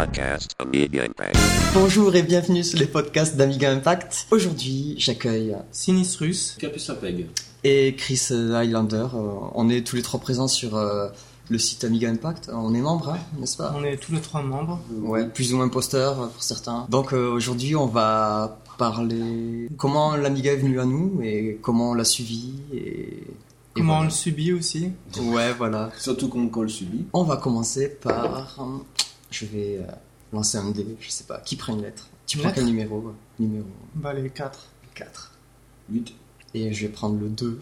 podcast Amiga Impact. Bonjour et bienvenue sur les podcasts d'Amiga Impact. Aujourd'hui, j'accueille Sinistris, Capucin Peg et Chris Highlander. On est tous les trois présents sur le site Amiga Impact. On est membres, hein, n'est-ce pas? on est tous les trois membres. Ouais, plus ou moins posters pour certains. Donc aujourd'hui, on va parler comment l'Amiga est venu à nous et comment on l'a suivi et Comment on voilà. le subit aussi. Ouais, voilà. Surtout qu'on le subit. On va commencer par... je vais lancer un dé, je sais pas. Qui prend une lettre? Tu prends Lettre quel numéro? Numéro Bah les 4. 4. 8. Et je vais prendre le 2.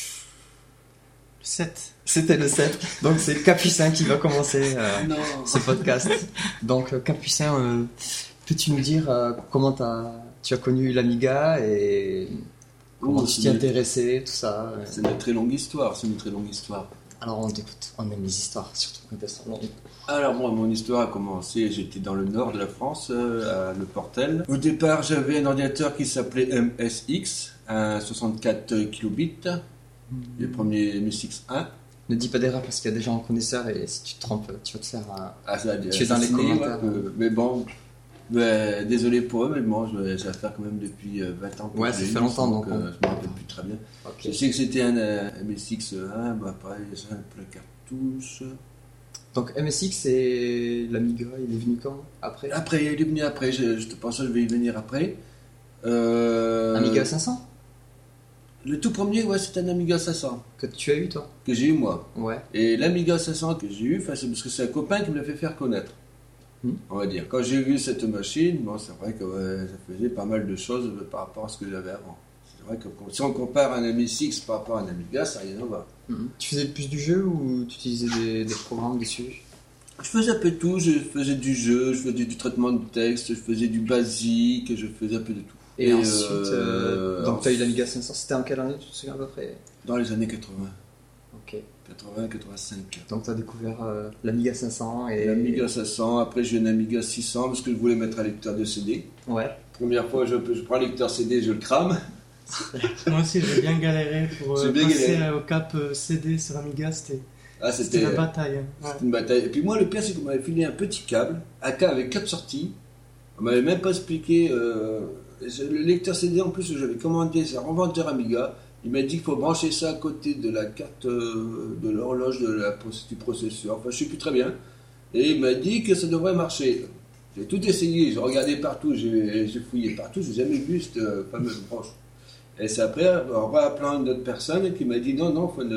7. C'était le 7. Donc c'est Capucin qui va commencer Non. ce podcast. Donc Capucin, peux-tu nous dire comment tu as connu l'Amiga et comment tu t'y intéressais, tout ça C'est une très longue histoire. Alors on t'écoute, on aime les histoires, surtout quand elles sont longues. Alors moi, mon histoire a commencé, j'étais dans le nord de la France, à Le Portel. Au départ, j'avais un ordinateur qui s'appelait MSX, un 64 kilobits, le premier MSX1. Ne dis pas d'erreur parce qu'il y a des gens connaisseurs et si tu te trompes, tu vas te faire... Tu es dans les commentaires. Mais bon, désolé pour eux, mais bon, j'ai affaire quand même depuis 20 ans. Ouais, ça fait longtemps, donc je me rappelle plus très bien. Ok. Je sais que c'était un MSX1, après c'est un peu la cartouche. Donc MSX et l'Amiga, il est venu quand? Après Après, il est venu après, je te pense que je vais y venir après. Amiga 500 Le tout premier, ouais, c'était un Amiga 500 que tu as eu toi? que j'ai eu moi. Ouais. Et l'Amiga 500 que j'ai eu, c'est parce que c'est un copain qui me l'a fait faire connaître. On va dire. Quand j'ai vu cette machine, bon, c'est vrai que ça faisait pas mal de choses par rapport à ce que j'avais avant. C'est vrai que si on compare un MSX par rapport à un Amiga, ça n'a rien à voir. Tu faisais plus du jeu ou tu utilisais des programmes dessus? Je faisais un peu de tout, je faisais du jeu, je faisais du traitement de texte, je faisais du basique, je faisais un peu de tout. Et ensuite, donc tu as eu l'Amiga 500, c'était en quelle année, tu te souviens à peu près? Dans les années 80, Ok. 80-85. Donc tu as découvert l'Amiga 500 et... L'Amiga 500, après j'ai eu un Amiga 600 parce que je voulais mettre un lecteur de CD. Ouais. Première fois, je prends un lecteur CD, je le crame. Moi aussi j'ai bien galéré pour J'ai bien passer galéré. au cap CD sur Amiga, c'était Ah, c'était la bataille. Hein. Ouais. C'était une bataille. Et puis moi, le pire, c'est qu'on m'avait filé un petit câble, AK avec 4 sorties. On m'avait même pas expliqué. Le lecteur CD, en plus, j'avais commandé, c'est un revendeur Amiga. Il m'a dit qu'il faut brancher ça à côté de la carte de l'horloge du processeur. Enfin, je sais plus très bien. Et il m'a dit que ça devrait marcher. J'ai tout essayé, j'ai regardé partout, j'ai fouillé partout, j'ai jamais vu cette fameuse branche. Et c'est après, en rappelant une autre personne qui m'a dit non, il faut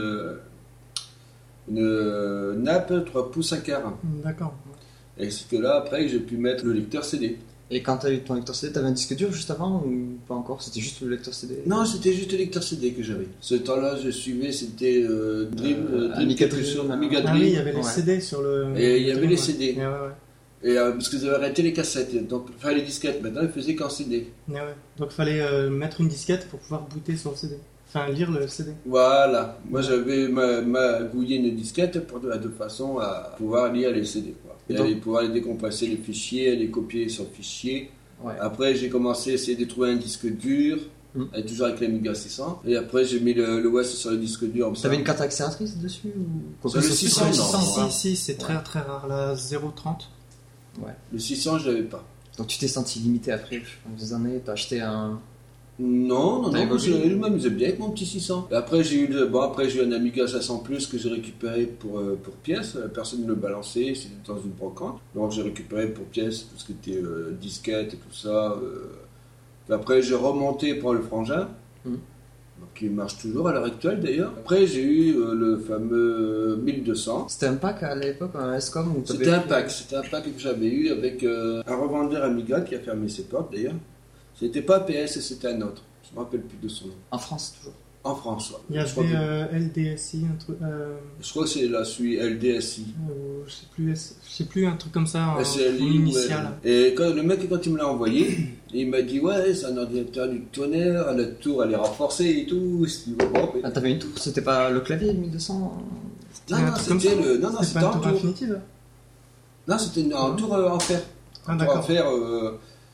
une nappe 3 pouces 1 quart. D'accord. Et c'est que là, après, j'ai pu mettre le lecteur CD. Et quand tu as eu ton lecteur CD, tu avais un disque dur juste avant ou pas encore? C'était juste le lecteur CD? Non, c'était juste le lecteur CD que j'avais. Ce temps-là, je suivais, c'était Dream, Amiga quelque Dream, chose, hein. Amiga Ah Dream. oui, il y avait les Ouais. CD sur le... Et il y avait les Ouais. CD. Ouais, ouais. Et parce que j'avais arrêté les cassettes, donc enfin les disquettes. Maintenant, ils faisaient qu'en CD. Ouais, ouais. Donc il fallait mettre une disquette pour pouvoir booter sur le CD. Enfin, lire le CD. Voilà. Moi, j'avais magouillé une disquette de façon à pouvoir lire les CD, quoi. Et Et donc- à pouvoir les décompresser les fichiers, les copier sur fichier. Ouais. Après, j'ai commencé à essayer de trouver un disque dur, toujours avec l'Amiga 600. Et après, j'ai mis le OS sur le disque dur. Tu avais une carte accélératrice dessus ou... Sur le 600, non. Si, c'est très très rare, la 0.30. Le 600, je l'avais pas. Donc tu t'es senti limité après des années, t'as acheté un... Non, T'as évolué. je m'amusais bien avec mon petit 600. Et après, j'ai eu un Amiga 500 Plus que j'ai récupéré pour pièce. Personne ne le balançait, c'était dans une brocante. Donc j'ai récupéré pour pièce tout ce qui était disquette et tout ça. Puis après, j'ai remonté pour le frangin. Donc, qui marche toujours à l'heure actuelle d'ailleurs. Après, j'ai eu le fameux 1200. C'était un pack à l'époque, un S-Com ou C'était un pack que j'avais eu avec un revendeur Amiga qui a fermé ses portes d'ailleurs. C'était pas PS, c'était un autre. Je me rappelle plus de son nom. En France toujours. En France, ouais. Il y Je crois avait LDSI, un truc. Je crois que c'est là, celui LDSI. Je sais plus, un truc comme ça en SLI, initial. ouais. Et le mec, quand il me l'a envoyé, il m'a dit ouais, c'est un ordinateur du tonnerre, la tour elle est renforcée et tout. Ah, t'avais une tour, c'était pas le clavier 1200? Non, un non, truc comme c'était ça. le. Non, non, C'est c'était pas en une tour tour. infinitive. Non, c'était un tour en fer. Ah, Un tour d'accord. en fer.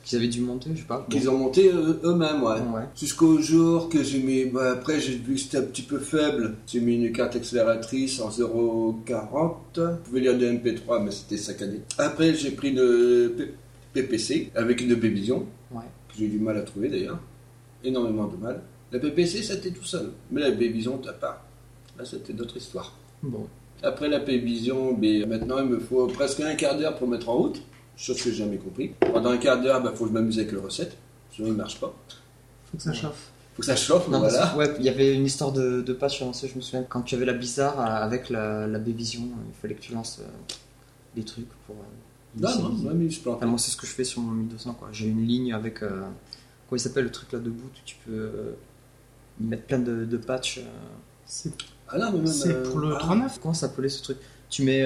Qu'ils avaient dû monter, je sais pas. Qu'ils ont monté eux-mêmes, ouais. Ouais. Jusqu'au jour que j'ai mis. Bah, après, j'ai vu que c'était un petit peu faible. J'ai mis une carte accélératrice en 0,40. Je pouvais lire des MP3, mais c'était saccadé. Après, j'ai pris le PPC avec une Bevision. Ouais. Que j'ai eu du mal à trouver d'ailleurs. Énormément de mal. La PPC, ça était tout seul. Mais la Bevision, t'as pas. Là, c'était d'autres histoires. Bon. Après la Bevision, ben, maintenant, il me faut presque un quart d'heure pour mettre en route. Chose que j'ai jamais compris. Pendant un quart d'heure, il faut que je m'amuse avec le recette. Sinon, il ne marche pas. Faut que ça chauffe. Faut que ça chauffe, Non, voilà. parce que, ouais, il y avait une histoire de patch, je me souviens. Quand tu avais la bizarre avec la Bevision, il fallait que tu lances des trucs pour. Non, mais je plante. Enfin, moi, c'est ce que je fais sur mon 1200, quoi. J'ai une ligne avec. Comment il s'appelle le truc là debout où tu peux y mettre plein de patchs. C'est Ah non, mais même. c'est pour le 3.9. Comment ça s'appelait ce truc? Tu mets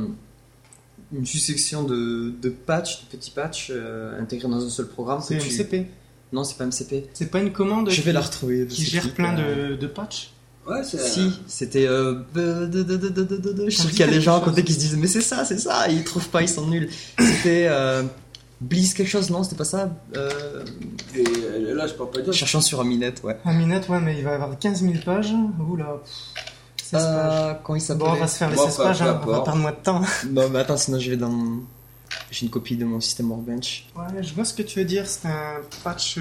une succession de patchs, de petits patchs intégrés dans un seul programme. C'est que tu- MCP. Non, c'est pas MCP. C'est pas une commande Je vais la retrouver. qui gère plein de patchs. Ouais, c'est. Si, c'était. Je suis sûr dit qu'il y a des quelque gens à chose. côté qui se disent mais c'est ça, ils trouvent pas, ils sont nuls. C'était Bliss quelque chose, non, c'était pas ça. Et là, je peux pas dire. Cherchant sur Aminet, ouais. Un minette, ouais, mais il va y avoir 15 000 pages. Oula, 16 pages. Quand il s'appelait. Bon, on va se faire les Bon, 16 pages, peu hein, on va importe. perdre moins de temps. Non, mais attends, sinon je vais dans mon. J'ai une copie de mon système Workbench. Ouais, je vois ce que tu veux dire. C'est un patch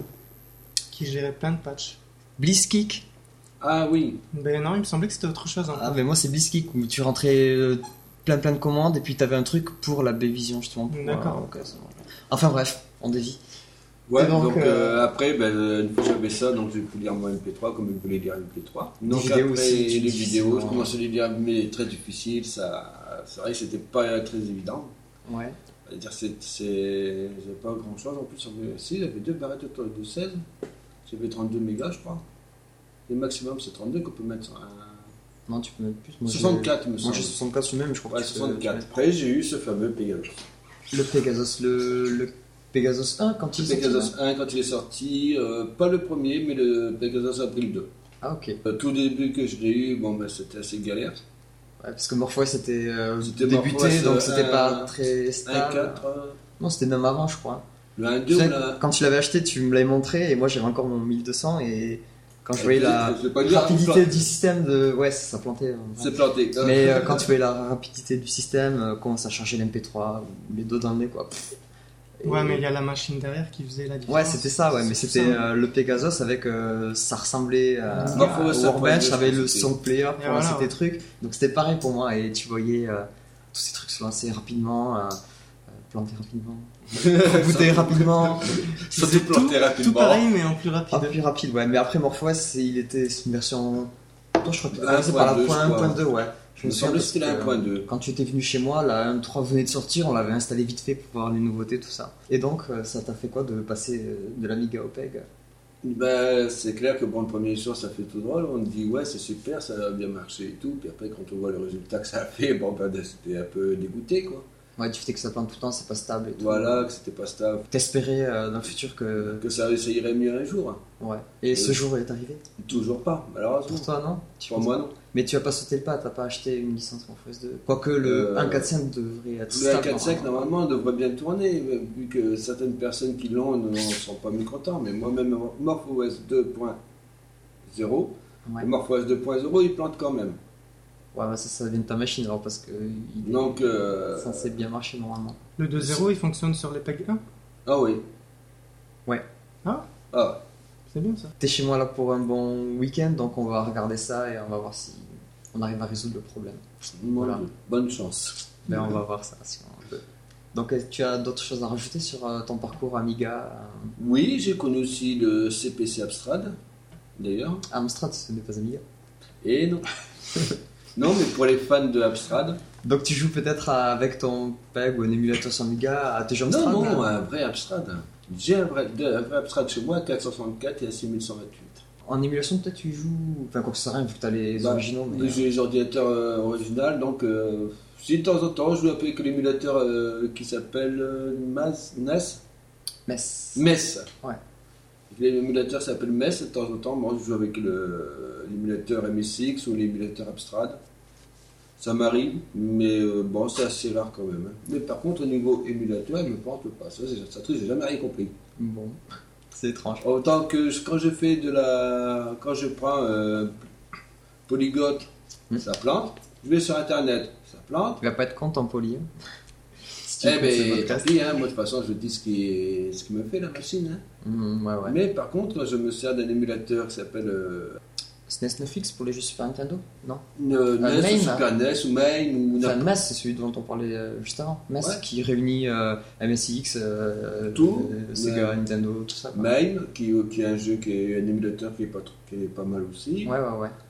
qui gérait plein de patchs. Blitzkick. Ah oui. Ben non, il me semblait que c'était autre chose. Hein. Ah, mais moi c'est Blitzkick où tu rentrais plein de commandes et puis t'avais un truc pour la Bevision justement. D'accord. Enfin bref, on dévie. Ouais, Et donc, donc, après, ben, une fois que j'avais ça, donc j'ai pu lire mon MP3 comme je voulais lire MP3. Donc vidéos après, aussi, tu les dis, vidéos, c'est je commençais à les lire, mais très difficile. Ça, c'est vrai que c'était pas très évident. Ouais. C'est-à-dire, j'ai pas grand chose en plus. Si, j'avais deux barrettes de 16. J'avais 32 mégas, je crois. Le maximum, c'est 32 qu'on peut mettre sur un. Non, tu peux mettre plus. Moi, 64, me Moi semble. j'ai 64 sur le même, je crois. Ouais, que tu peux- 64. Après, j'ai eu ce fameux Pegasus. Le Pegasus, le Pegasus 1 quand il Le est sorti, Pegasus là 1 quand il est sorti, pas le premier, mais le Pegasus April 2. Ah ok. Tout début que je l'ai eu, bon, ben, c'était assez galère. Ouais, parce que Morphos c'était C'était débuté, Morphos, donc c'était pas un- très 1, stable. 4, Non, c'était même avant, je crois. le 1, Tu 2 sais, ou la. quand tu l'avais acheté, tu me l'avais montré et moi j'avais encore mon 1200 et quand je voyais la Je vais pas dire, rapidité du système de. Ouais, ça plantait. c'est planté. Mais quand tu voyais la rapidité du système, comment ça chargeait l'MP3, ou les dos dans le nez, quoi. Et- Ouais, mais il y a la machine derrière qui faisait la différence. Ouais, c'était ça, ouais, mais C'est c'était ça. le Pegasus avec. Ça ressemblait à Morphos, ça, Workbench, ouais, avait le c'était- song player pour Et voilà, lancer tes ouais. trucs. Donc c'était pareil pour moi, et tu voyais tous ces trucs se lancer rapidement, planter rapidement, rebooter rapidement. Ça s'est planté Tout rapidement. pareil, mais en plus Ah, rapide. plus rapide, ouais. Mais après Morphos, c'est une version. Toi, je crois que tu 1.2, commencé par la je crois. 1.2, ouais. Je me semble que c'était la 1.2. Quand tu étais venu chez moi, la 1.3 venait de sortir, on l'avait installé vite fait pour voir les nouveautés, tout ça. Et donc, ça t'a fait quoi de passer de l'Amiga au PEG? Ben, c'est clair que bon, le premier jour, ça fait tout drôle. On dit, ouais, c'est super, ça a bien marché et tout. Puis après, quand on voit le résultat que ça a fait, bon, ben, c'était un peu dégoûté, quoi. Ouais, du fait que ça plante tout le temps, c'est pas stable et tout. Voilà, que c'était pas stable. T'espérais dans le futur que. Que ça irait mieux un jour. Ouais. Et ce jour est arrivé? Toujours pas, malheureusement. Pour toi, non? Pour moi, non. Mais tu as pas sauté le pas, t'as pas acheté une licence Morphos 2. Quoique le 1.4.5 devrait être Le stable. 1.4.5, normalement, devrait bien tourner, vu que certaines personnes qui l'ont ne sont pas mécontents. Mais moi-même, MorphOS 2.0, Ouais. le MorphOS 2.0, il plante quand même. Ouais, bah ça vient de ta machine alors parce que. Donc, Ça c'est bien marché normalement. Le 2.0, il fonctionne sur les PEG 1. ah oui. Ouais. Ah, Ah, c'est bien ça. T'es chez moi là pour un bon week-end, donc on va regarder ça et on va voir si on arrive à résoudre le problème. Voilà. bonne chance. Mais on va voir ça si on peut. Donc tu as d'autres choses à rajouter sur ton parcours Amiga Oui, j'ai connu aussi le CPC Amstrad, d'ailleurs. Amstrad, ce n'est pas Amiga. Et non. Non, mais pour les fans de Amstrad. Donc tu joues peut-être avec ton PEG ou un émulateur sur Amiga à tes jeux Amstrad? Non, non, là un vrai Amstrad. J'ai un vrai Amstrad chez moi, 464 et un 6128. En émulation peut-être tu y joues. Enfin quoi que ce soit rien vu que t'as les Bah, originaux. Mais... J'ai les ordinateurs originaux, donc si de temps en temps je joue un peu avec l'émulateur qui s'appelle NAS. MES. Ouais. L'émulateur s'appelle MES, de temps en temps, moi je joue avec l'émulateur MSX ou l'émulateur Amstrad. Ça m'arrive, mais bon, c'est assez rare quand même. Hein. Mais par contre, au niveau émulateur, je ne pense pas. Ça, j'ai jamais rien compris. Bon, c'est étrange. Autant que quand je fais quand je prends Polyglot, ça plante. Je vais sur Internet, ça plante. Tu vas pas être content, Poly. Si tu Eh écoutes ce ben, podcast. tant pis, hein, moi de toute façon, je dis ce qui me fait la machine. Hein. Ouais. Mais par contre, je me sers d'un émulateur qui s'appelle SNES 9X pour les jeux Super Nintendo? Non. NES Main, ou Super NES ou Main ou Enfin, n'importe- MES, c'est celui dont on parlait juste avant. MES Ouais. qui réunit MSX, Tout. Sega, Nintendo, tout ça. Quoi. Main, qui est un jeu qui est un émulateur qui est pas mal aussi. Ouais.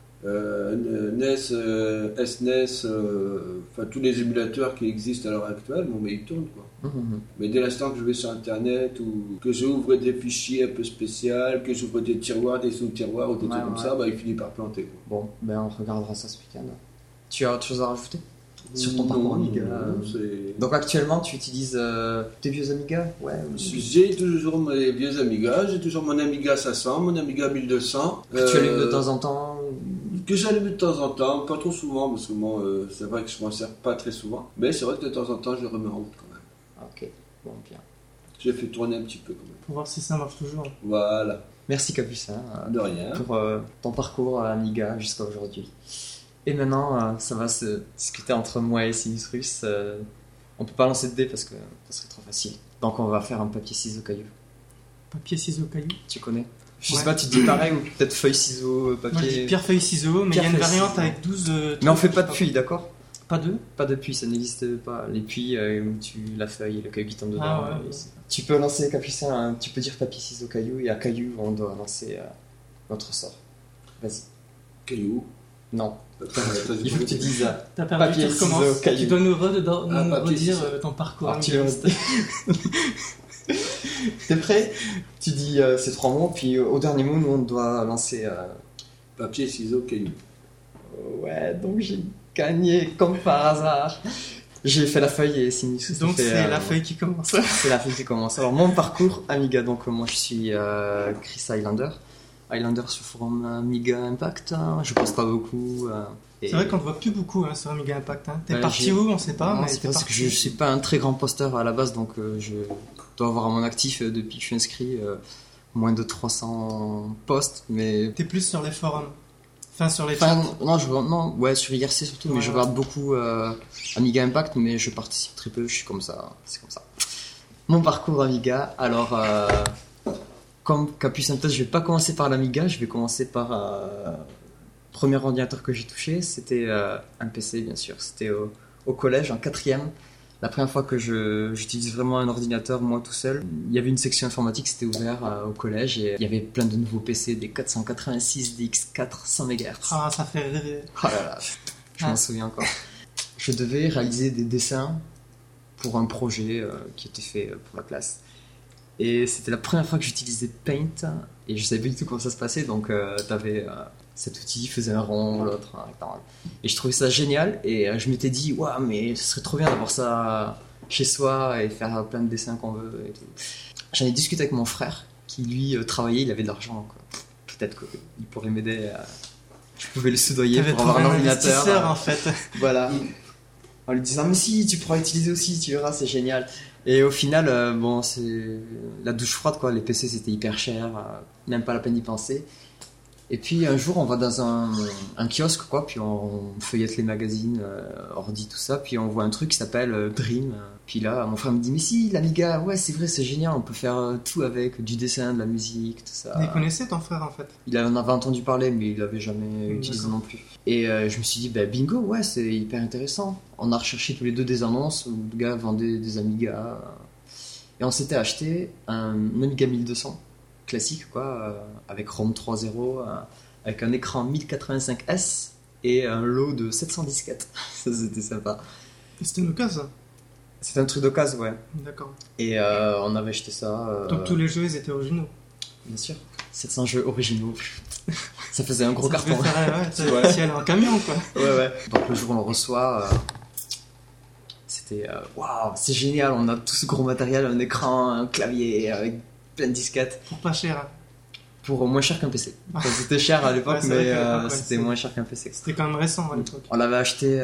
NES, SNES, enfin tous les émulateurs qui existent à l'heure actuelle, bon, mais ils tournent quoi. Mais dès l'instant que je vais sur internet ou que j'ouvre des fichiers un peu spéciaux, que j'ouvre des tiroirs, des sous-tiroirs ou des trucs comme ça, bah, il finit par planter. Quoi. Bon, ben on regardera ça ce week-end. Tu as autre chose à rajouter sur ton parcours Amiga? Donc actuellement tu utilises tes vieux Amiga? Ouais. J'ai toujours mes vieux Amiga, j'ai toujours mon Amiga 500, mon Amiga 1200. Que tu allumes de temps en temps? Que j'allume de temps en temps, pas trop souvent, parce que moi, c'est vrai que je m'en sers pas très souvent, mais c'est vrai que de temps en temps, je le remets en route quand même. Ok, bon, bien. J'ai fait tourner un petit peu quand même. Pour voir si ça marche toujours. Voilà, Merci Capucin de rien. pour ton parcours à Amiga jusqu'à aujourd'hui. Et maintenant, ça va se discuter entre moi et Sinus Russe. On peut pas lancer de dés parce que ça serait trop facile. Donc on va faire un papier ciseaux caillou. Papier, ciseaux, caillou. Tu connais? Je sais Ouais. pas, tu dis pareil ou peut-être feuille, ciseaux, Moi je dis papier. pierre, feuille, ciseaux, mais il y a une Pierre, feuille, variante ciseaux. avec 12. Mais on fait pas de puits, d'accord? Pas deux. Pas de puits, ça n'existe pas. Les puits où tu la feuille et le caillou qui tombe dedans. Ah ouais. Tu peux lancer Capucin, hein, tu peux dire papier, ciseaux, caillou et à caillou on doit lancer notre sort. Vas-y. Caillou. Non, Attends, il faut que tu dises. T'as perdu, Papier, tu recommences. ciseaux, caillou. Tu dois nous, papier, redire ciseaux. ton parcours. Alors, tu Amiga. T'es prêt? Tu dis ces trois mots, puis au dernier mot, nous on doit lancer. Papier, ciseaux, caillou. Ouais, donc j'ai gagné comme par hasard. J'ai fait la feuille et Sinus. Donc fait, c'est la feuille qui commence. C'est la feuille qui commence. Alors mon parcours Amiga, donc moi je suis Chris Highlander. Highlander sur forum Amiga Impact. Hein. Je poste pas beaucoup. C'est vrai qu'on te voit plus beaucoup hein, sur Amiga Impact. Hein. T'es Ouais, parti j'ai- où? On sait pas. Non, mais c'est t'es parce parti. que je suis pas un très grand posteur à la base, donc je dois avoir à mon actif depuis que je suis inscrit moins de 300 posts, mais T'es plus sur les forums. Enfin, sur les enfin, chats. non, ouais, sur IRC surtout, mais Ouais, je ouais. regarde beaucoup Amiga Impact, mais je participe très peu, je suis comme ça, c'est comme ça. Mon parcours Amiga, alors comme Capucin Test, je vais pas commencer par l'Amiga, je vais commencer par premier ordinateur que j'ai touché, c'était un PC bien sûr, c'était au collège en 4e. La première fois que j'utilise vraiment un ordinateur moi tout seul, il y avait une section informatique, c'était ouvert au collège et il y avait plein de nouveaux PC, des 486, des X4 100 MHz. Ah, ça fait rêver. Oh là là, je m'en souviens encore. Je devais réaliser des dessins pour un projet qui était fait pour la classe. Et c'était la première fois que j'utilisais Paint et je savais pas du tout comment ça se passait. Donc t'avais cet outil, faisait un rond, l'autre un rectangle. Et je trouvais ça génial et je m'étais dit, waouh, mais ce serait trop bien d'avoir ça chez soi et faire plein de dessins qu'on veut et tout. J'en ai discuté avec mon frère qui lui travaillait, il avait de l'argent. Quoi. Peut-être qu'il pourrait m'aider. Je pouvais le soudoyer T'avais pour avoir trouvé un un ordinateur. investisseur en fait. Voilà. En lui disant, mais si, tu pourras utiliser aussi, tu verras, c'est génial. Et au final, bon, c'est la douche froide, quoi. Les PC, c'était hyper cher, même pas la peine d'y penser. Et puis un jour, on va dans un kiosque, quoi, puis on feuillette les magazines, ordi, tout ça, puis on voit un truc qui s'appelle Dream. Puis là, mon frère me dit, mais si, l'Amiga, ouais, c'est vrai, c'est génial, on peut faire tout avec, du dessin, de la musique, tout ça. Il connaissait ton frère en fait. Il en avait entendu parler, mais il l'avait jamais utilisé D'accord. non plus. Et je me suis dit, bah, bingo, ouais, c'est hyper intéressant. On a recherché tous les deux des annonces où le gars vendait des Amiga. Et on s'était acheté un Amiga 1200, classique, quoi, avec ROM 3.0, avec un écran 1085S et un lot de 700 disquettes. Ça, c'était sympa. Et c'était une occasion. C'était un truc d'occasion, ouais. D'accord. Et on avait acheté ça. Donc tous les jeux ils étaient originaux. Bien sûr. 700 jeux originaux. Ça faisait un gros Ça carton. devait faire, ouais, ça Ouais. si elle est en camion quoi. Ouais. Donc le jour où on le reçoit, c'était waouh, c'est génial, on a tout ce gros matériel, un écran, un clavier avec plein de disquettes. Pour pas cher. Hein. pour moins cher qu'un PC. Enfin, c'était cher à l'époque, Ouais, c'est vrai mais qu'à l'époque, ouais, c'était c'est- moins cher qu'un PC. C'était quand même récent à l'époque. On l'avait acheté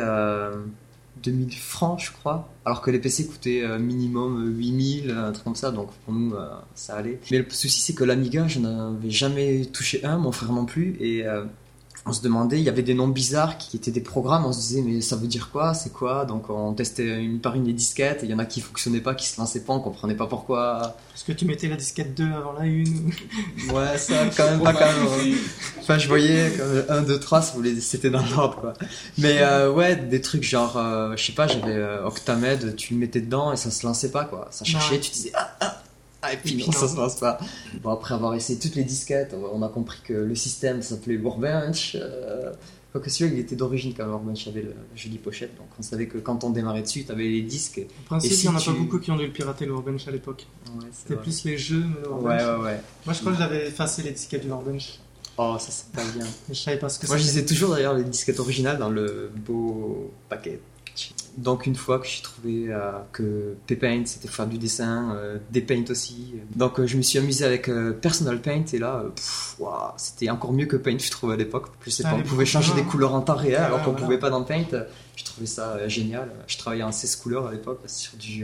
2000 francs, je crois, alors que les PC coûtaient minimum 8000, un truc comme ça, donc pour nous, ça allait. Mais le souci, c'est que l'Amiga, je n'avais jamais touché un, mon frère non plus, et on se demandait, il y avait des noms bizarres qui étaient des programmes, on se disait, mais ça veut dire quoi, c'est quoi? Donc on testait une par une les disquettes, et il y en a qui fonctionnaient pas, qui se lançaient pas, on comprenait pas pourquoi. Est-ce que tu mettais la disquette 2 avant la 1 Ouais, ça, quand même pas quand même. Enfin, je voyais 1, 2, 3, c'était dans l'ordre, quoi. Mais ouais, des trucs genre, je sais pas, j'avais Octamed, tu le mettais dedans et ça se lançait pas, quoi. Ça cherchait, Ouais. tu disais et puis non, ça se lance pas. Bon, après avoir essayé toutes les disquettes, on a compris que le système s'appelait Workbench. Quoique celui-là, il était d'origine quand même, Workbench, il avait la jolie pochette, donc on savait que quand on démarrait dessus, t'avais les disques. En principe, Et il si y en a tu- pas beaucoup qui ont dû le pirater le Workbench à l'époque. Ouais, c'est C'était vrai. plus les jeux, mais le Ouais, Workbench. ouais. Moi, je crois que j'avais effacé les disquettes du Workbench. Oh, ça c'est pas bien. Mais je savais pas ce que Moi, je c'était. lisais toujours d'ailleurs les disquettes originales dans le beau paquet. Donc, une fois que j'ai trouvé que Paint c'était faire du dessin, des Paint aussi. Donc, je me suis amusé avec Personal Paint et là, waouh, c'était encore mieux que Paint, je trouve à l'époque. Je sais Ça pas, on allait pouvait beaucoup changer plus des loin. couleurs en temps réel alors Ouais, qu'on voilà. pouvait pas dans Paint. Je trouvais ça génial. Je travaillais en 16 couleurs à l'époque sur du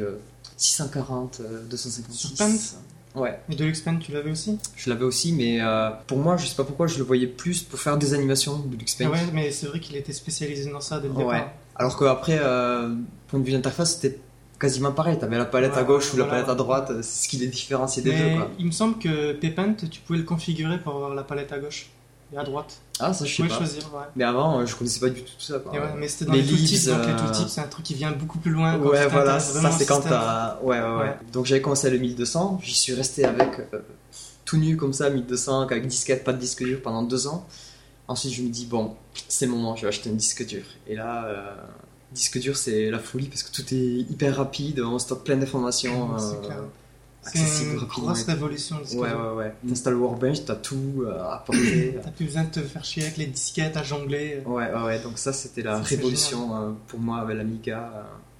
640, 256. Sur Paint Ouais. Et Deluxe Paint, tu l'avais aussi? Je l'avais aussi, mais pour moi, je sais pas pourquoi, je le voyais plus pour faire des animations de Deluxe Paint. Ah ouais, mais c'est vrai qu'il était spécialisé dans ça dès le départ. Ouais. Alors qu'après, point de vue d'interface, c'était quasiment pareil. T'avais la palette à Ouais, gauche ou la voilà. palette à droite, c'est ce qui les différenciait des Mais deux, quoi. il me semble que Paint, tu pouvais le configurer pour avoir la palette à gauche et à droite. Ah, ça, je Tu sais pouvais pas. choisir, ouais. Mais avant, je connaissais pas du tout tout ça, quoi. Et ouais, mais c'était dans Les les tooltips, leaves, donc les tooltips, c'est un truc qui vient beaucoup plus loin. quand Ouais, tu voilà, t'intéresses vraiment ça au c'est quand système. t'as. Ouais. Ouais. Donc j'avais commencé à le 1200, j'y suis resté avec tout nu comme ça, 1200, avec disquette, pas de disque dur pendant 2 ans. Ensuite, je me dis, bon, c'est le moment, je vais acheter un disque dur. Et là, disque dur, c'est la folie parce que tout est hyper rapide, on stocke plein d'informations. C'est clair. C'est accessible une rapidement. grosse révolution. le disque dur. Ouais. T'installes Workbench, t'as tout à porter. T'as plus besoin de te faire chier avec les disquettes à jongler. Ouais. Donc ça, c'était la Ça, c'est révolution pour moi avec l'Amiga.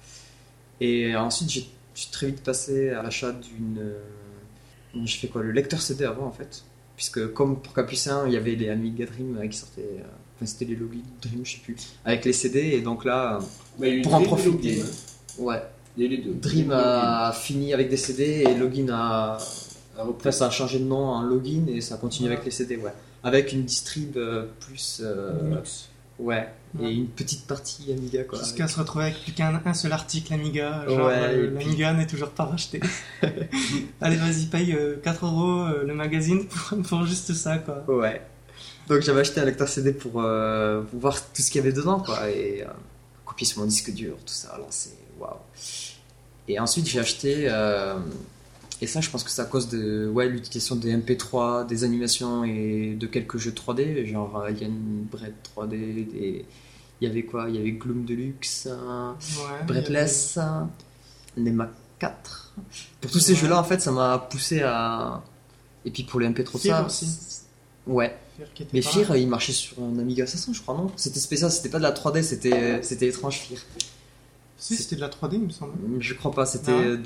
Et ensuite, j'ai très vite passé à l'achat d'une. J'ai fait quoi? Le lecteur CD avant, en fait. Puisque, comme pour Capucin, il y avait les Amiga Dream qui sortaient. Enfin, c'était les Login Dream, je sais plus. Avec les CD, et donc là, Bah, il y a eu pour en Dream et profiter. Login. Ouais. Il y a les deux. Dream a fini avec des CD et Login a. Enfin, ça a changé de nom en Login et ça continue Ouais. avec les CD, ouais. Avec une distrib plus. Linux. Ouais. Ouais. Et une petite partie Amiga, quoi. Jusqu'à se retrouver avec plus qu'un seul article Amiga. Genre, Ouais, et puis- l'Amiga n'est toujours pas racheté. Allez, vas-y, paye 4 euros le magazine pour juste ça, quoi. Ouais. Donc j'avais acheté un lecteur CD pour voir tout ce qu'il y avait dedans, quoi. Et copier sur mon disque dur, tout ça, lancer. Waouh. Et ensuite j'ai acheté. Et ça, je pense que c'est à cause de l'utilisation des MP3, des animations et de quelques jeux 3D, genre Alien Bread 3D. Il y avait quoi? Il y avait Gloom Deluxe, Ouais, Breathless, Nema 4. Pour tous ces Ouais. jeux-là, en fait, ça m'a poussé à. Et puis pour les MP3, Fear ça. aussi. Ouais. Fear qui était Mais pas Fear, mal. il marchait sur un Amiga 500, je crois, non? C'était spécial, c'était pas de la 3D, c'était étrange, Fear. Si, c'était de la 3D, il me semble. Je crois pas, c'était Ah.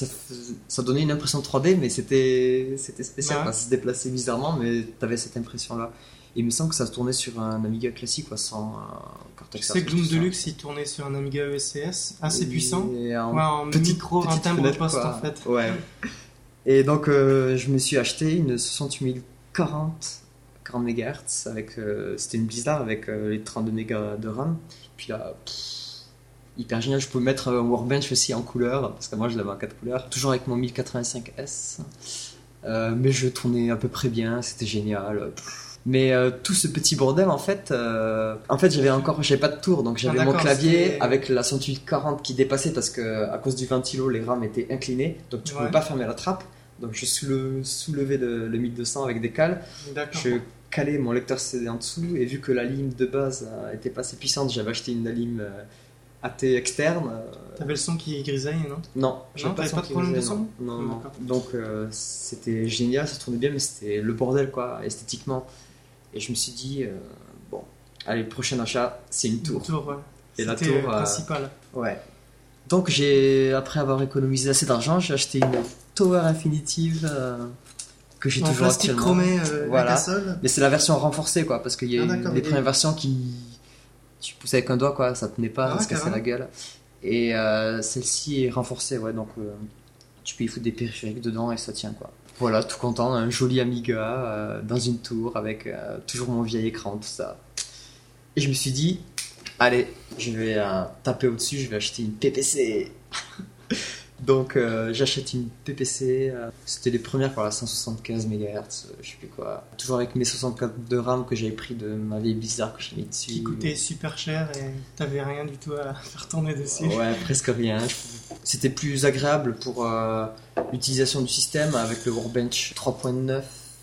ça donnait une impression de 3D, mais c'était spécial, Ouais. quoi. Ça se déplaçait bizarrement, mais t'avais cette impression-là. Il me semble que ça se tournait sur un Amiga classique, quoi, sans Tu Cortex. sais, R, Gloom tout ça. Deluxe, il tournait sur un Amiga ESCS assez puissant. Et en Ouais, en micro, un timbre fenêtre, poste quoi. en fait. Ouais. Et donc, je me suis acheté une 68040 40 MHz avec, c'était une Blizzard avec les 32 MB de RAM. Puis là, hyper génial. Je pouvais mettre un Workbench aussi en couleur parce que moi je l'avais en 4 couleurs. Toujours avec mon 1085S. Mais je tournais à peu près bien, c'était génial. Mais tout ce petit bordel, en fait, j'avais pas de tour, donc j'avais mon d'accord, clavier c'était- avec la 10840 qui dépassait parce que à cause du ventilo, les rames étaient inclinées, donc tu pouvais Ouais. pas fermer la trappe. Donc je soulevais le 1200 avec des cales. D'accord. Je calais mon lecteur CD en dessous et vu que la lime de base était pas assez puissante, j'avais acheté une lime AT externe. T'avais le son qui grisaille, non? Non, j'avais t'avais son pas de qui problème de faisait, son? non, non. D'accord. Donc c'était génial, ça tournait bien, mais c'était le bordel quoi, esthétiquement. Et je me suis dit, bon, allez, le prochain achat, c'est une tour. Ouais. Et la C'était tour, principal. Ouais. Donc après avoir économisé assez d'argent, j'ai acheté une Tower Infinitive que que j'ai En toujours plastique actuellement. chromé, Voilà. Cassol. Mais c'est la version renforcée, quoi, parce qu'il y a d'accord, les ok. premières versions qui tu pousses avec un doigt, quoi, ça tenait pas, Ah, ça se cassait la carrément. gueule. Et celle-ci est renforcée, ouais, donc tu peux y foutre des périphériques dedans et ça tient, quoi. Voilà, tout content, un joli Amiga dans une tour avec toujours mon vieil écran, tout ça. Et je me suis dit, allez, je vais taper au-dessus, je vais acheter une PPC. Donc j'achète une PPC, c'était les premières pour la 175 MHz, je sais plus quoi. Toujours avec mes 64 de RAM que j'avais pris de ma vieille Blizzard que j'ai mis dessus. Qui coûtait super cher et t'avais rien du tout à faire tourner dessus. Ouais, presque rien. C'était plus agréable pour l'utilisation du système avec le Workbench 3.9.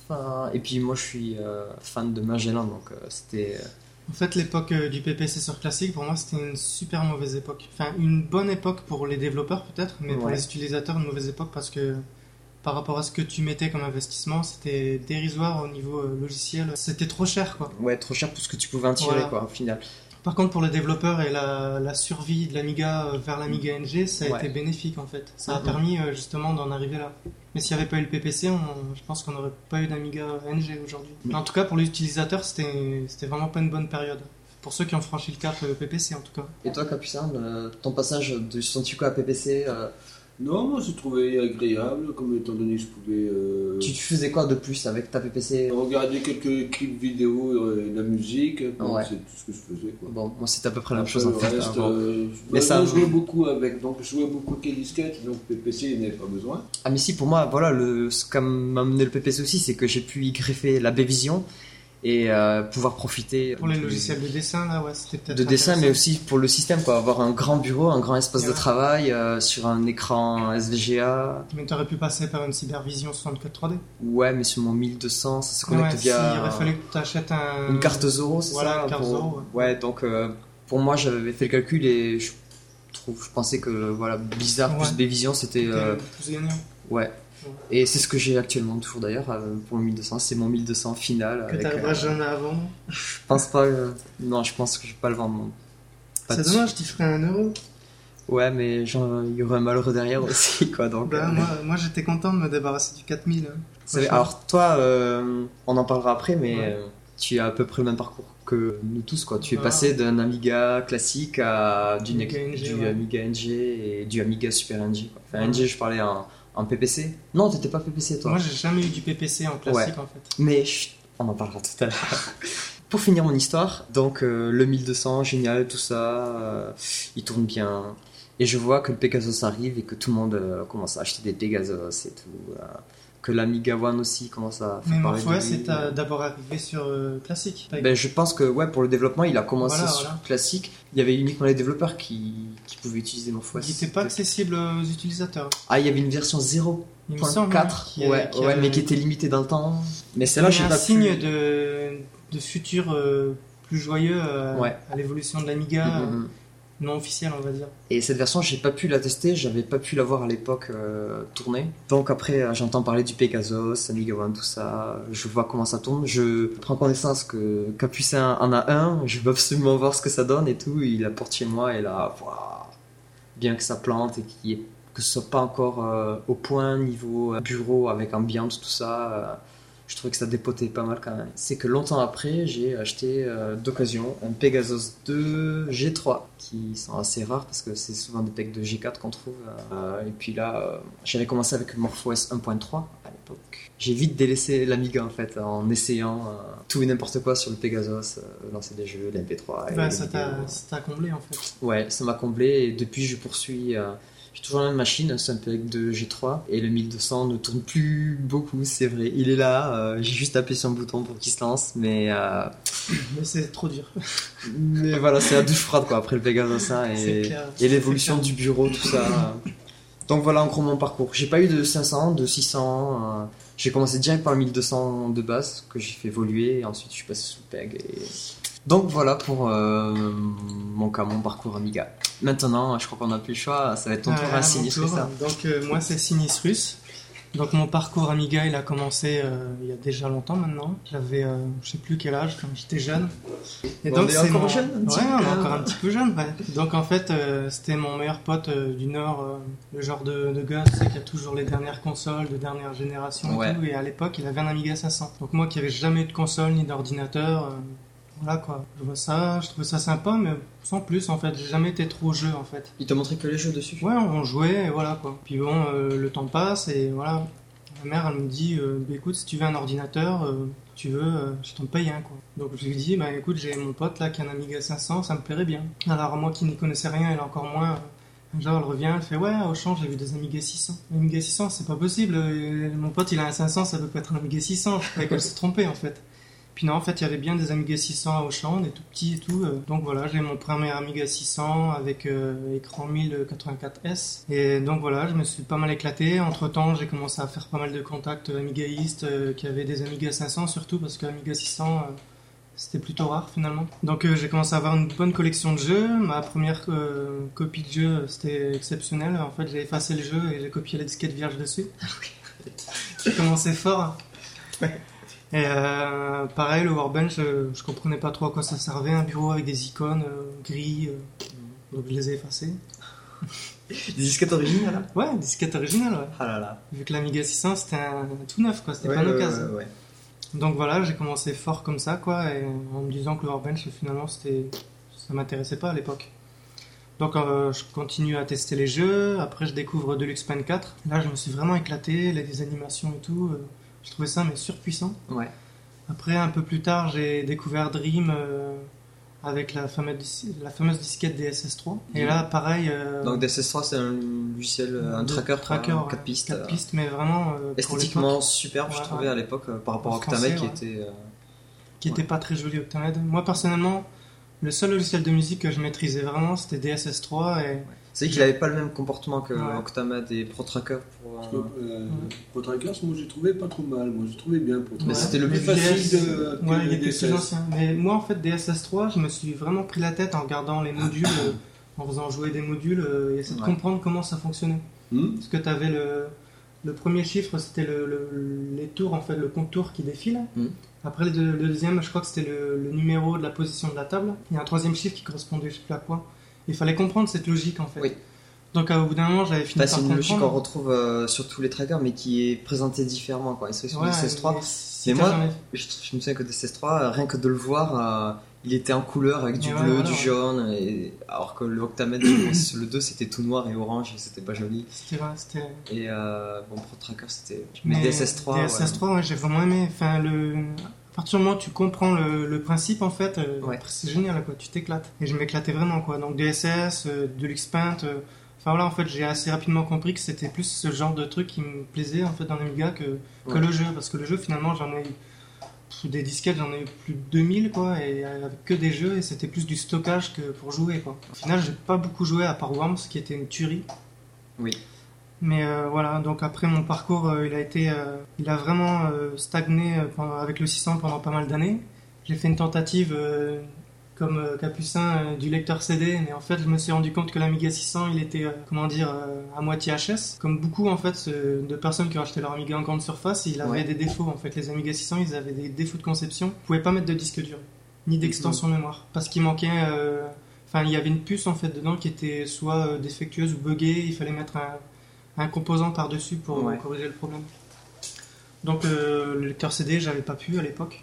Et puis moi je suis fan de Magellan, donc c'était... En fait, l'époque du PPC sur classique, pour moi, c'était une super mauvaise époque. Enfin, une bonne époque pour les développeurs peut-être, mais pour Ouais. les utilisateurs, une mauvaise époque parce que par rapport à ce que tu mettais comme investissement, c'était dérisoire au niveau logiciel. C'était trop cher, quoi. Ouais, trop cher pour ce que tu pouvais en tirer, Voilà. quoi, au final. Par contre, pour les développeurs et la survie de l'Amiga vers l'Amiga NG, ça a Ouais. été bénéfique en fait. Ça a Mhm. permis justement d'en arriver là. Mais s'il n'y avait pas eu le PPC, je pense qu'on n'aurait pas eu d'Amiga NG aujourd'hui. Mais en tout cas, pour les utilisateurs, c'était vraiment pas une bonne période. Pour ceux qui ont franchi le cap PPC en tout cas. Et toi, Capucin, ton passage de 68 à PPC, Non, moi j'ai trouvé agréable, comme étant donné que je pouvais tu faisais quoi de plus avec ta PPC? regarder quelques clips vidéo et de la musique. Bon, Ouais. c'est tout ce que je faisais, quoi. Bon, moi c'était à peu près la même Après, chose en le fait. reste, avant. mais ça- ça jouais beaucoup avec, donc je jouais beaucoup avec les disquettes, donc PPC il n'y avait pas besoin. Ah mais si, pour moi, voilà, ce qui m'a amené le PPC aussi, c'est que j'ai pu y greffer la Bvision et pouvoir profiter Pour les logiciels de dessin, là, ouais, c'était peut-être. de dessin, mais intéressant. aussi pour le système, quoi. Avoir un grand bureau, un grand espace Ouais. de travail sur un écran SVGA. Mais t'aurais pu passer par une Cybervision 64 3D. Ouais, mais sur mon 1200, ça se Ouais, connecte si, il via aurait fallu que t'achètes une carte Zoro, c'est Voilà, ça une carte pour- Zoro, Ouais, donc pour moi, j'avais fait le calcul et je pensais que voilà, Blizzard Ouais. plus Bvision, c'était plus gagnant. ouais. Et c'est ce que j'ai actuellement toujours d'ailleurs pour le 1200, c'est mon 1200 final. Que avec, t'arriveras jamais à vendre. je pense pas, non, je pense que je vais pas le vendre. Non. Pas C'est dessus. dommage, tu ferais 1€. Ouais, mais il y aurait un malheureux derrière aussi, quoi. Donc, Bah, moi j'étais content de me débarrasser du 4000. alors toi, on en parlera après, mais Ouais. tu as à peu près le même parcours que nous tous, quoi. Tu es Voilà. passé d'un Amiga classique à du Amiga NG, ouais. Amiga NG et du Amiga Super NG, quoi. Enfin, Ouais. NG, je parlais en PPC. Non, t'étais pas PPC, toi. Moi j'ai jamais eu du PPC en classique en fait. Mais chut, on en parlera tout à l'heure. Pour finir mon histoire, donc le 1200, génial, tout ça, il tourne bien. Et je vois que le Pegasus arrive et que tout le monde commence à acheter des Pegasus et tout. Que l'Amiga One aussi commence à faire Mais parler de MorphOS lui. c'est d'abord arrivé sur classique. Ben, je pense que ouais, pour le développement, il a commencé Voilà, sur voilà. classique. Il y avait uniquement les développeurs qui pouvaient utiliser MorphOS. Il n'était pas accessible aux utilisateurs. Ah, il y avait une version 0.4, Il me semble, qui ouais, qui ouais, mais qui était limitée dans le temps. Mais c'est celle-là, j'ai un pas signe pu... de futur plus joyeux Ouais. à l'évolution de l'Amiga, Mhm. non officiel on va dire. Et cette version, j'ai pas pu la tester, j'avais pas pu la voir à l'époque tourner. Donc après, j'entends parler du Pegasus, Amiga One, tout ça. Je vois comment ça tourne. Je prends connaissance que Capucin en a un. Je veux absolument voir ce que ça donne et tout. Il l'apporte chez moi et là, waouh, bien que ça plante et que ce soit pas encore au point niveau bureau avec ambiance, tout ça. Je trouvais que ça dépotait pas mal quand même. C'est que longtemps après, j'ai acheté d'occasion un Pegasus 2 G3 qui sont assez rares parce que c'est souvent des pecs de G4 qu'on trouve. Et puis là, j'avais commencé avec MorphOS 1.3 à l'époque. J'ai vite délaissé l'Amiga en fait en essayant tout et n'importe quoi sur le Pegasus, lancer des jeux, l'MP3. et Bah, les ça vidéos. t'a comblé en fait. Ouais, ça m'a comblé et depuis je poursuis. J'ai toujours la même machine, c'est un PEG de G3 et le 1200 ne tourne plus beaucoup, c'est vrai. Il est là, j'ai juste appuyé sur un bouton pour qu'il se lance, mais C'est trop dur. voilà, c'est la douche froide quoi après le Pegasus hein, C'est clair. et l'évolution C'est du bureau, tout ça. Donc voilà en gros mon parcours. J'ai pas eu de 500, de 600. J'ai commencé direct par le 1200 de base que j'ai fait évoluer et ensuite je suis passé sous le PEG. Donc voilà pour mon parcours Amiga. Maintenant, je crois qu'on n'a plus le choix, ça va être ton tour à mon signer tour. ça. Donc moi c'est Sinistris. Donc mon parcours Amiga, il a commencé il y a déjà longtemps maintenant. J'avais, je sais plus quel âge, quand j'étais jeune. Et On est encore jeune, un petit Ouais, on est peu. encore un petit peu jeune. Ouais. Donc en fait, c'était mon meilleur pote du Nord, le genre de gars, tu sais, qui a toujours les dernières consoles de dernière génération et Ouais. tout. Et à l'époque, il avait un Amiga 500. Donc moi qui avais jamais eu de console ni d'ordinateur, voilà quoi. Je vois ça, je trouvais ça sympa, mais sans plus en fait. J'ai jamais été trop jeu en fait. Il t'a montré que les jeux dessus. Ouais, on jouait, et voilà quoi. Puis bon, le temps passe et voilà. Ma mère, elle me dit, bah, écoute, si tu veux un ordinateur, tu veux, je t'en paye un quoi. Donc je lui dis, bah écoute, j'ai mon pote là qui a un Amiga 500, ça me plairait bien. Alors moi qui n'y connaissais rien, elle encore moins. Un jour, elle revient, elle fait, ouais, au champ, j'ai vu des Amiga 600. Amiga 600, c'est pas possible. Mon pote, il a un 500, ça peut pas être un Amiga 600. Je croyais qu'elle se trompait en fait. Puis non, en fait, il y avait bien des Amiga 600 à Auchan, des tout petits et tout. Donc voilà, j'ai mon premier Amiga 600 avec écran 1084S. Et donc voilà, je me suis pas mal éclaté. Entre-temps, j'ai commencé à faire pas mal de contacts amigaïstes qui avaient des Amiga 500 surtout, parce que Amiga 600, c'était plutôt rare finalement. Donc j'ai commencé à avoir une bonne collection de jeux. Ma première copie de jeu, c'était exceptionnel. En fait, j'ai effacé le jeu et j'ai copié la disquette vierge dessus. J'ai commencé fort. Et pareil, le Workbench, je comprenais pas trop à quoi ça servait, un bureau avec des icônes gris, donc je les ai effacés. Des disquettes originales là. Ouais, des disquettes originales, ouais. Ah là là. Vu que l'Amiga 600 c'était un tout neuf, quoi, c'était Ouais, pas une ouais, occasion. ouais. Donc voilà, j'ai commencé fort comme ça, quoi, et en me disant que le Workbench, finalement, ça m'intéressait pas à l'époque. Donc je continue à tester les jeux, après je découvre Deluxe Pen 4. Là, je me suis vraiment éclaté, les animations et tout. Je trouvais ça mais surpuissant. Ouais. Après, un peu plus tard, j'ai découvert Dream avec la fameuse disquette DSS3. Et là, pareil. Donc DSS3, c'est un logiciel, un tracker, ouais, 4 pistes. 4 pistes, mais vraiment. Pour Esthétiquement l'époque, superbe, je Ouais, trouvais ouais. à l'époque, par rapport En à Octamed français, qui était. qui était pas très joli, Octamed. Moi, personnellement, le seul logiciel de musique que je maîtrisais vraiment, c'était DSS3. Et C'est vrai qu'il avait pas le même comportement que Ouais. Octamed et ProTracker pour. Parce que, ProTrackers, moi j'ai trouvé pas trop mal, moi j'ai trouvé bien ProTrackers. Mais c'était le mais plus facile DS, de. Ouais, que il était DSS. plus ancien. Mais moi, en fait, DSS3, je me suis vraiment pris la tête en regardant les modules, en faisant jouer des modules, et essayer de Ouais. comprendre comment ça fonctionnait. Parce que tu avais le premier chiffre, c'était les tours, en fait, le contour qui défile. Après, le deuxième, je crois que c'était le numéro de la position de la table. Il y a un troisième chiffre qui correspondait, je sais plus à quoi. Il fallait comprendre cette logique, en fait. Oui. Donc, au bout d'un moment, j'avais fini Bah, par c'est une logique qu'on comprendre. retrouve sur tous les trackers, mais qui est présentée différemment. Quoi. Et c'est sur Ouais, DSS3. mais si Mais t'as moi, jamais- je me souviens que DSS3, rien que de le voir, il était en couleur avec du Ouais, bleu, voilà, du ouais. jaune. Alors que le Octamed, le 2, c'était tout noir et orange et c'était pas joli. C'était... Et bon, ProTracker, c'était. Mais DSS3. DSS3, ouais, j'ai vraiment aimé. Enfin, à partir du moment où tu comprends le principe, en fait, Ouais. c'est génial, quoi. Tu t'éclates. Et je m'éclatais vraiment, quoi. Donc DSS, Deluxe Paint. Enfin voilà, en fait, j'ai assez rapidement compris que c'était plus ce genre de truc qui me plaisait en fait dans l'Amiga que Ouais. le jeu, parce que le jeu finalement j'en ai eu des disquettes, j'en ai eu plus de 2000 quoi, et avec que des jeux, et c'était plus du stockage que pour jouer quoi. Au final, j'ai pas beaucoup joué à part Worms qui était une tuerie. Oui. Mais voilà, donc après mon parcours, il a vraiment stagné avec le 600 pendant pas mal d'années. J'ai fait une tentative comme Capucin du lecteur CD, mais en fait je me suis rendu compte que l'Amiga 600 il était à moitié HS. Comme beaucoup en fait de personnes qui ont acheté leur Amiga en grande surface, il avait Ouais. des défauts en fait. Les Amiga 600 ils avaient des défauts de conception. Vous pouvez pas mettre de disque dur ni d'extension mémoire parce qu'il manquait. Enfin il y avait une puce en fait dedans qui était soit défectueuse ou buggée. Il fallait mettre un composant par dessus pour Ouais. corriger le problème. Donc le lecteur CD j'avais pas pu à l'époque.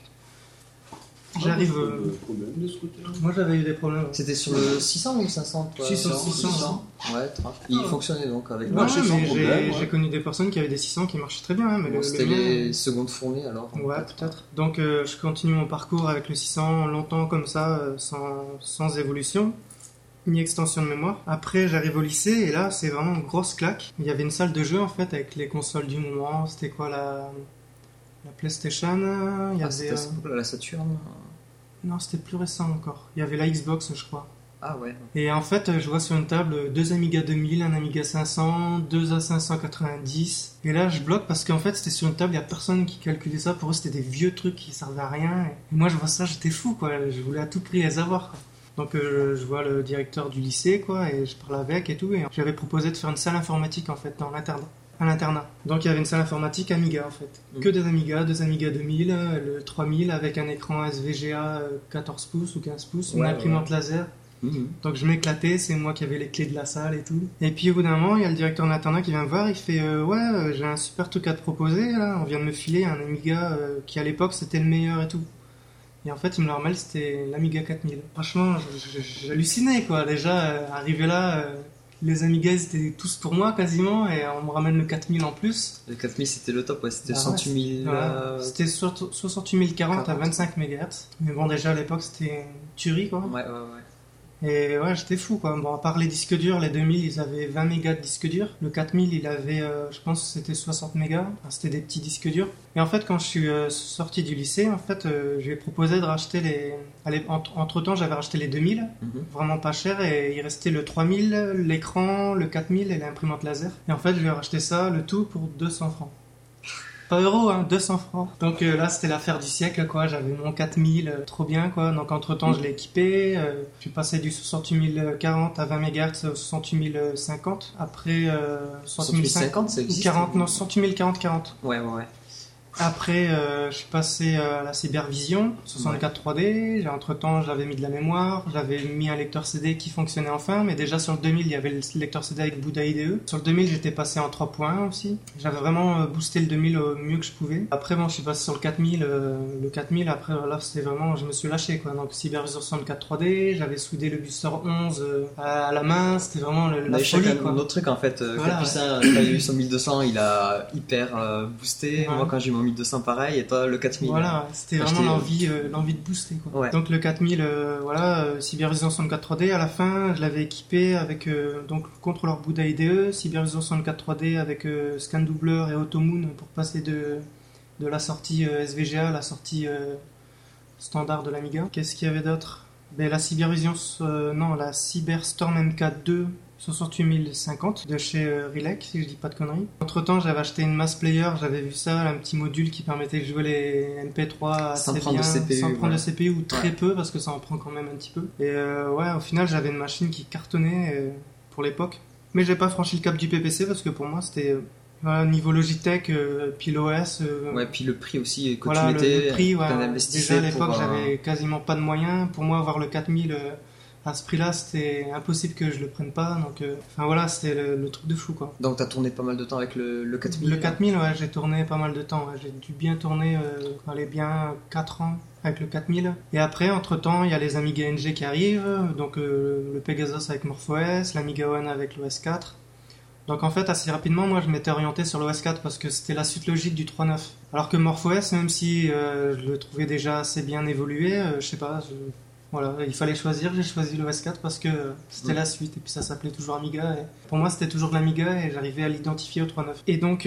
J'arrive. Problème de ce côté. Moi j'avais eu des problèmes. C'était sur le 600 ou 500 toi 600. Ouais, il fonctionnait donc avec. Ouais, marchait sans mais problème, ouais. j'ai connu des personnes qui avaient des 600 qui marchaient très bien. Hein, mais Bon, c'était les secondes fournées alors. Ouais, peut-être. Donc je continue mon parcours avec le 600 longtemps comme ça, sans évolution, ni extension de mémoire. Après j'arrive au lycée et là c'est vraiment une grosse claque. Il y avait une salle de jeu en fait avec les consoles du moment. C'était quoi la PlayStation il y Ah, avait, c'était la Saturn. Non, c'était plus récent encore. Il y avait la Xbox je crois. Ah ouais. Et en fait, je vois sur une table deux Amiga 2000, un Amiga 500, deux A590. Et là, je bloque parce qu'en fait, c'était sur une table, il n'y a personne qui calculait ça. Pour eux, c'était des vieux trucs qui servaient à rien. Et moi, je vois ça, j'étais fou, quoi. Je voulais à tout prix les avoir, quoi. Donc, je vois le directeur du lycée, quoi, et je parle avec et tout. Et j'avais proposé de faire une salle informatique, en fait, dans l'internat. à l'internat. Donc il y avait une salle informatique Amiga en fait. Que des Amiga 2000, le 3000 avec un écran SVGA 14 pouces ou 15 pouces, une imprimante laser. Donc je m'éclatais, c'est moi qui avais les clés de la salle et tout. Et puis au bout d'un moment, il y a le directeur de l'internat qui vient me voir, il fait j'ai un super truc à te proposer là, on vient de me filer un Amiga qui à l'époque c'était le meilleur et tout. Et en fait, il me le ramène, c'était l'Amiga 4000. Franchement, j'hallucinais quoi. Déjà arrivé là, les Amigas étaient tous pour moi quasiment, et on me ramène le 4000 en plus. Le 4000 c'était le top, ouais, c'était 68 000. C'était 68 040 à 25 MHz. Mais bon, déjà à l'époque c'était une tuerie quoi. Ouais. Et ouais, j'étais fou quoi. Bon, à part les disques durs, les 2000 ils avaient 20 mégas de disques durs. Le 4000 il avait, je pense que c'était 60 mégas. Enfin, c'était des petits disques durs. Et en fait, quand je suis sorti du lycée, en fait, je lui ai proposé de racheter les. Entre temps, j'avais racheté les 2000, vraiment pas cher, et il restait le 3000, l'écran, le 4000 et l'imprimante laser. Et en fait, je lui ai racheté ça, le tout pour 200 francs. Pas euros, hein, 200 francs. Donc là, c'était l'affaire du siècle, quoi. J'avais mon 4000, trop bien, quoi. Donc entre-temps, je l'ai équipé. Je suis passé du 68040 à 20 MHz au 68050. Après, 68050, ça existe 40, non, 68040. Ouais. Après, je suis passé à la Cybervision, 64 3D. Entre-temps, j'avais mis de la mémoire, j'avais mis un lecteur CD qui fonctionnait enfin, mais déjà sur le 2000, il y avait le lecteur CD avec Buda IDE. Sur le 2000, j'étais passé en 3.1 aussi. J'avais vraiment boosté le 2000 au mieux que je pouvais. Après, bon, je suis passé sur le 4000. Le 4000, après, là, c'était vraiment, je me suis lâché, quoi. Donc, Cybervision 64 3D, j'avais soudé le booster 11 à la main, c'était vraiment la folie, quoi. Un autre truc, en fait, Capucin, quand il a eu son 1200, il a hyper boosté. Ouais. Moi, quand j'ai eu mon 1200 pareil, et toi le 4000. Voilà, c'était vraiment l'envie de booster quoi. Ouais. Donc le 4000 Cybervision 64 3D à la fin, je l'avais équipé avec donc contrôleur Buda IDE, Cybervision 64 3D avec scan doubleur et AutoMoon pour passer de la sortie SVGA à la sortie standard de l'Amiga. Qu'est-ce qu'il y avait d'autre? La Cybervision la Cyberstorm MK2 68050 de chez Rilek, si je dis pas de conneries. Entre temps, j'avais acheté une mass player, j'avais vu ça, un petit module qui permettait de jouer les MP3 sans prendre de CPU, ou très peu, parce que ça en prend quand même un petit peu. Et au final, j'avais une machine qui cartonnait pour l'époque. Mais j'ai pas franchi le cap du PPC parce que pour moi, c'était niveau Logitech, puis l'OS. Puis le prix aussi que tu mettais. Le prix, déjà à l'époque, j'avais quasiment pas de moyens. Pour moi, avoir le 4000. À ce prix-là, c'était impossible que je le prenne pas, donc c'était le truc de fou quoi. Donc t'as tourné pas mal de temps avec le 4000. Le 4000, ouais, j'ai tourné pas mal de temps, j'ai dû bien tourner, bien 4 ans avec le 4000. Et après, entre-temps, il y a les Amiga NG qui arrivent, donc le Pegasus avec MorphOS, l'Amiga One avec l'OS 4. Donc en fait, assez rapidement, moi je m'étais orienté sur l'OS 4 parce que c'était la suite logique du 3.9. Alors que MorphOS, même si je le trouvais déjà assez bien évolué, je sais pas... Voilà, il fallait choisir, j'ai choisi le S4 parce que c'était la suite et puis ça s'appelait toujours Amiga et pour moi c'était toujours de l'Amiga et j'arrivais à l'identifier au 3.9. Et donc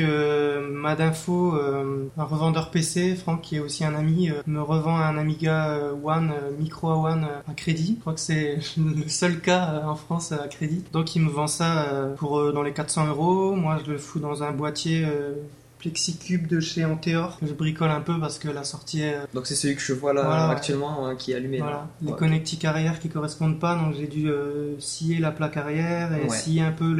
Madinfo, un revendeur PC, Franck qui est aussi un ami, me revend un Amiga One, Micro One à crédit. Je crois que c'est le seul cas en France à crédit. Donc il me vend ça pour dans les 400 €, moi je le fous dans un boîtier... Plexicube de chez Anteor que je bricole un peu parce que la sortie est... Donc c'est celui que je vois là actuellement qui est allumé. Voilà, les connectiques arrière qui correspondent pas, donc j'ai dû scier la plaque arrière et scier un peu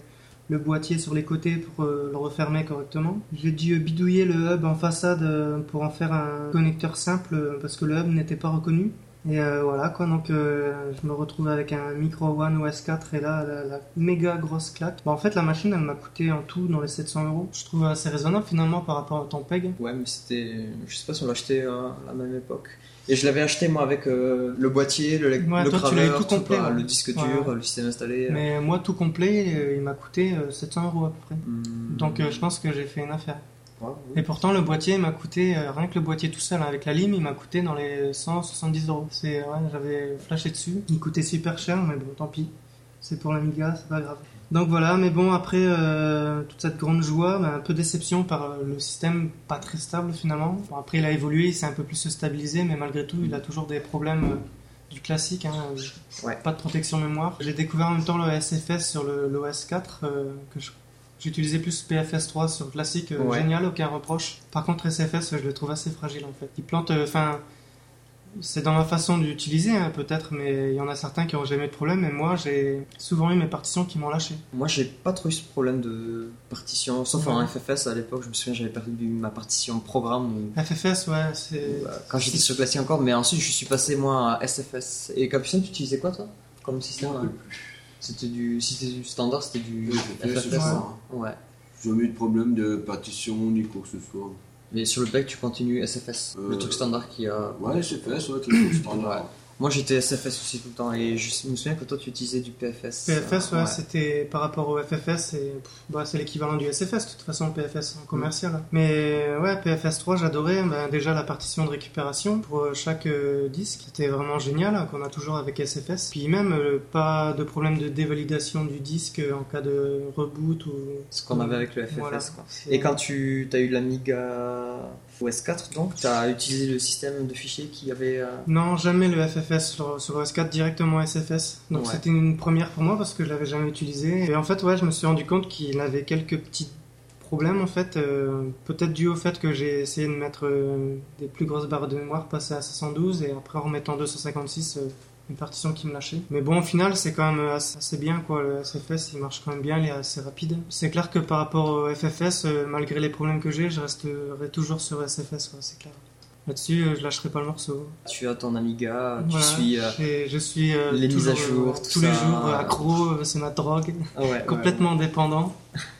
le boîtier sur les côtés pour le refermer correctement. J'ai dû bidouiller le hub en façade pour en faire un connecteur simple parce que le hub n'était pas reconnu. Et voilà quoi, donc je me retrouve avec un Micro One OS 4 et là la méga grosse claque. En fait la machine elle m'a coûté en tout dans les 700 €. Je trouve assez raisonnable finalement par rapport au Tempeg. Ouais mais c'était, je sais pas si on l'a acheté à la même époque. Et je l'avais acheté moi avec le boîtier, le graveur, tout complet, le disque dur, le système installé. Mais moi tout complet il m'a coûté 700 € à peu près. Donc je pense que j'ai fait une affaire. Ouais. Et pourtant le boîtier m'a coûté, rien que le boîtier tout seul avec la lime, il m'a coûté dans les 170 €. J'avais flashé dessus, il coûtait super cher, mais bon tant pis, c'est pour l'Amiga, c'est pas grave. Donc voilà, mais bon après toute cette grande joie, un peu déception par le système pas très stable finalement. Bon, après il a évolué, il s'est un peu plus stabilisé, mais malgré tout il a toujours des problèmes du classique, pas de protection mémoire. J'ai découvert en même temps le SFS sur l'OS 4 que j'utilisais plus PFS3 sur le classique, génial, aucun reproche. Par contre, SFS, je le trouve assez fragile en fait. Il plante, C'est dans ma façon d'utiliser, hein, peut-être, mais il y en a certains qui n'ont jamais eu de problème, et moi, j'ai souvent eu mes partitions qui m'ont lâché. Moi, j'ai pas trop eu ce problème de partition, sauf en FFS à l'époque. Je me souviens, j'avais perdu ma partition programme. FFS, ouais, c'est... Quand j'étais sur Glacier encore, mais ensuite je suis passé moi à SFS. Et Capucine, tu utilisais quoi toi comme système? Si c'était du standard, c'était du FFS. Ouais. J'ai jamais eu de problème de partition ni quoi que ce soit. Mais sur le bec, tu continues SFS, le truc standard qui a. Ouais, SFS, ouais, quelque chose standard. Ouais. Moi j'étais SFS aussi tout le temps et je me souviens que toi tu utilisais du PFS. PFS, ouais, c'était par rapport au FFS, c'est l'équivalent du SFS de toute façon, PFS en commercial. Mais ouais, PFS 3, j'adorais déjà la partition de récupération pour chaque disque, c'était vraiment génial, hein, qu'on a toujours avec SFS. Puis même pas de problème de dévalidation du disque en cas de reboot ou. Ce qu'on avait avec le FFS. Voilà, quoi. Et quand tu as eu l'Amiga OS4, donc tu as utilisé le système de fichiers qui avait. Non, jamais le FFS sur OS4, directement SFS. Donc c'était une première pour moi parce que je l'avais jamais utilisé. Et en fait, ouais, je me suis rendu compte qu'il avait quelques petits problèmes en fait. Peut-être dû au fait que j'ai essayé de mettre des plus grosses barres de mémoire, passer à 512 et après en remettant 256. Une partition qui me lâchait. Mais bon, au final, c'est quand même assez bien, quoi. Le SFS, il marche quand même bien, il est assez rapide. C'est clair que par rapport au FFS, malgré les problèmes que j'ai, je resterai toujours sur SFS, ouais, c'est clair. Là-dessus, je lâcherai pas le morceau. Tu as ton Amiga, voilà, tu suis je suis les mises à jour, tous les jours accro, c'est ma drogue, complètement dépendant.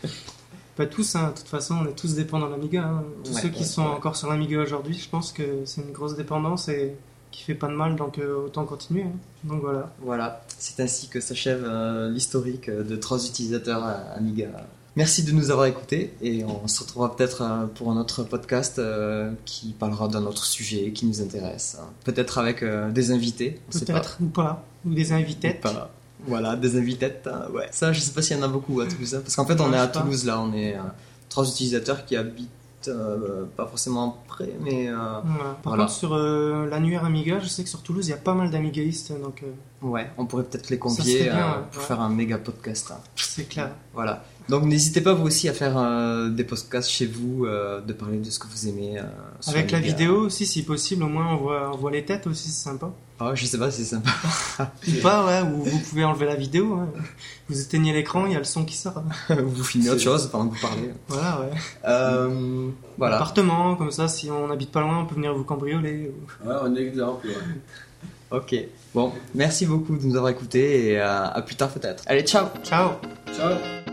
Pas tous, hein, de toute façon, on est tous dépendants de l'Amiga. Hein. Tous ceux qui sont encore sur l'Amiga aujourd'hui, je pense que c'est une grosse dépendance et qui fait pas de mal, donc autant continuer. Hein. Donc voilà. Voilà, c'est ainsi que s'achève l'historique de 3 utilisateurs Amiga. Merci de nous avoir écoutés et on se retrouvera peut-être pour un autre podcast qui parlera d'un autre sujet qui nous intéresse. Peut-être avec des invités, on sait pas. Ou pas, ou des invités. Voilà, des invités. Ouais. Ça, je sais pas s'il y en a beaucoup à Toulouse, hein, parce qu'en fait, on est à Toulouse là, on est 3 utilisateurs qui habitent pas forcément près, mais Par contre, sur l'annuaire Amiga, je sais que sur Toulouse, il y a pas mal d'amigaïstes, donc ouais, on pourrait peut-être les convier pour faire un méga podcast. Hein. C'est clair. Voilà. Donc n'hésitez pas vous aussi à faire des podcasts chez vous, de parler de ce que vous aimez. Avec la vidéo aussi, si possible, au moins on voit les têtes aussi, c'est sympa. Ah, je sais pas si c'est sympa. Ou pas, ouais, ou vous pouvez enlever la vidéo, hein. Vous éteignez l'écran, il y a le son qui sort. Vous filmez autre chose pendant que vous parlez. Voilà, ouais. Voilà. Appartement, comme ça, si on n'habite pas loin, on peut venir vous cambrioler. Ouais, un exemple. Ouais. Ok. Bon, merci beaucoup de nous avoir écoutés et à plus tard peut-être. Allez, ciao. Ciao. Ciao.